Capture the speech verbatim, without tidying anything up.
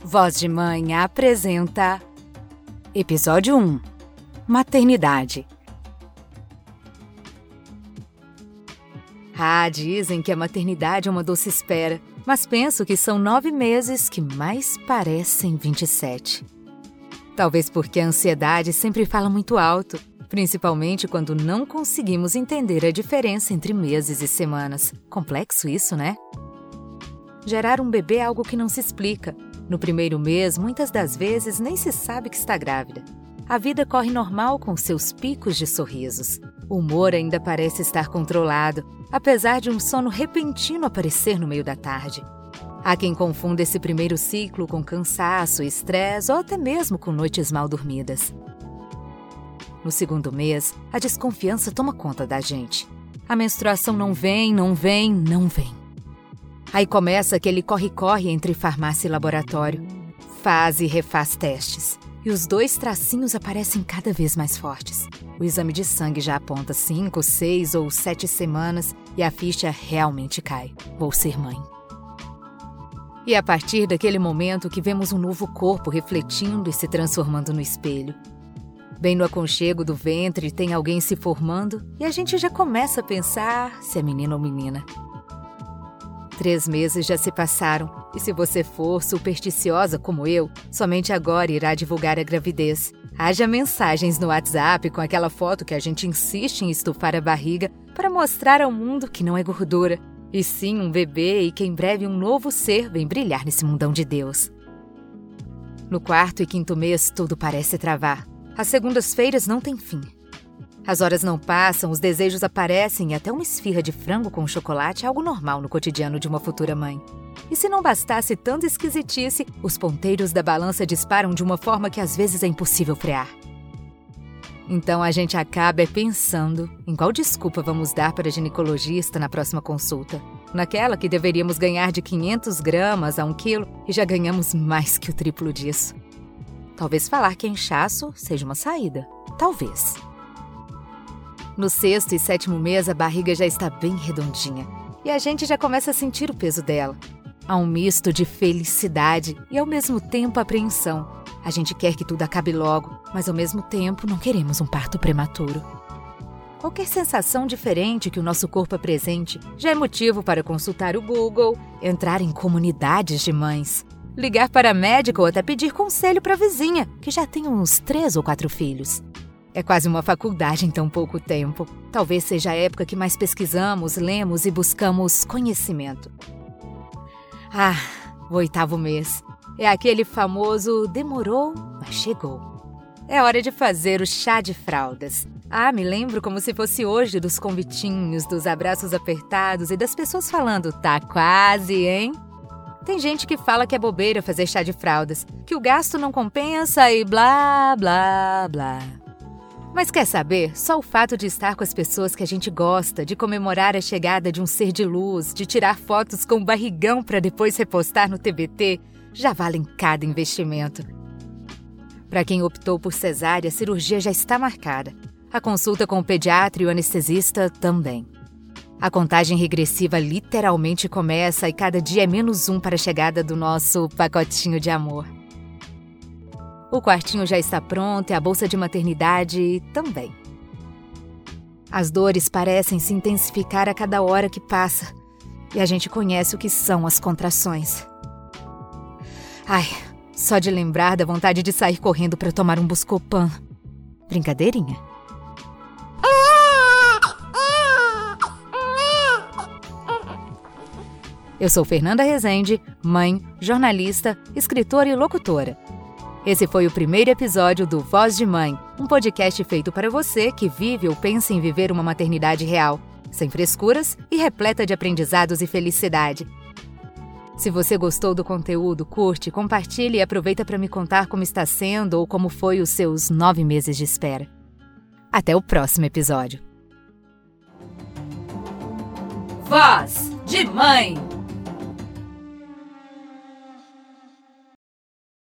Voz de Mãe apresenta Episódio um – Maternidade. Ah, dizem que a maternidade é uma doce espera, mas penso que são nove meses que mais parecem vinte e sete. Talvez porque a ansiedade sempre fala muito alto, principalmente quando não conseguimos entender a diferença entre meses e semanas. Complexo isso, né? Gerar um bebê é algo que não se explica. No primeiro mês, muitas das vezes, nem se sabe que está grávida. A vida corre normal com seus picos de sorrisos. O humor ainda parece estar controlado, apesar de um sono repentino aparecer no meio da tarde. Há quem confunda esse primeiro ciclo com cansaço, estresse ou até mesmo com noites mal dormidas. No segundo mês, a desconfiança toma conta da gente. A menstruação não vem, não vem, não vem. Aí começa aquele corre-corre entre farmácia e laboratório. Faz e refaz testes. E os dois tracinhos aparecem cada vez mais fortes. O exame de sangue já aponta cinco, seis ou sete semanas e a ficha realmente cai. Vou ser mãe. E é a partir daquele momento que vemos um novo corpo refletindo e se transformando no espelho. Bem no aconchego do ventre tem alguém se formando e a gente já começa a pensar se é menino ou menina. Três meses já se passaram e se você for supersticiosa como eu, somente agora irá divulgar a gravidez. Haja mensagens no WhatsApp com aquela foto que a gente insiste em estufar a barriga para mostrar ao mundo que não é gordura, e sim um bebê e que em breve um novo ser vem brilhar nesse mundão de Deus. No quarto e quinto mês tudo parece travar. As segundas-feiras não têm fim. As horas não passam, os desejos aparecem e até uma esfirra de frango com chocolate é algo normal no cotidiano de uma futura mãe. E se não bastasse tanta esquisitice, os ponteiros da balança disparam de uma forma que às vezes é impossível frear. Então a gente acaba pensando em qual desculpa vamos dar para a ginecologista na próxima consulta. Naquela que deveríamos ganhar de quinhentas gramas a um quilo e já ganhamos mais que o triplo disso. Talvez falar que é inchaço seja uma saída. Talvez. No sexto e sétimo mês, a barriga já está bem redondinha e a gente já começa a sentir o peso dela. Há um misto de felicidade e, ao mesmo tempo, apreensão. A gente quer que tudo acabe logo, mas, ao mesmo tempo, não queremos um parto prematuro. Qualquer sensação diferente que o nosso corpo apresente já é motivo para consultar o Google, entrar em comunidades de mães, ligar para a médica ou até pedir conselho para a vizinha, que já tem uns três ou quatro filhos. É quase uma faculdade em tão pouco tempo. Talvez seja a época que mais pesquisamos, lemos e buscamos conhecimento. Ah, o oitavo mês. É aquele famoso demorou, mas chegou. É hora de fazer o chá de fraldas. Ah, me lembro como se fosse hoje dos convitinhos, dos abraços apertados e das pessoas falando, tá quase, hein? Tem gente que fala que é bobeira fazer chá de fraldas, que o gasto não compensa e blá, blá, blá. Mas quer saber? Só o fato de estar com as pessoas que a gente gosta, de comemorar a chegada de um ser de luz, de tirar fotos com o barrigão para depois repostar no T B T, já valem cada investimento. Para quem optou por cesárea, a cirurgia já está marcada. A consulta com o pediatra e o anestesista também. A contagem regressiva literalmente começa e cada dia é menos um para a chegada do nosso pacotinho de amor. O quartinho já está pronto e a bolsa de maternidade também. As dores parecem se intensificar a cada hora que passa e a gente conhece o que são as contrações. Ai, só de lembrar da vontade de sair correndo para tomar um Buscopan. Brincadeirinha. Eu sou Fernanda Rezende, mãe, jornalista, escritora e locutora. Esse foi o primeiro episódio do Voz de Mãe, um podcast feito para você que vive ou pensa em viver uma maternidade real, sem frescuras e repleta de aprendizados e felicidade. Se você gostou do conteúdo, curte, compartilhe e aproveita para me contar como está sendo ou como foi os seus nove meses de espera. Até o próximo episódio. Voz de Mãe.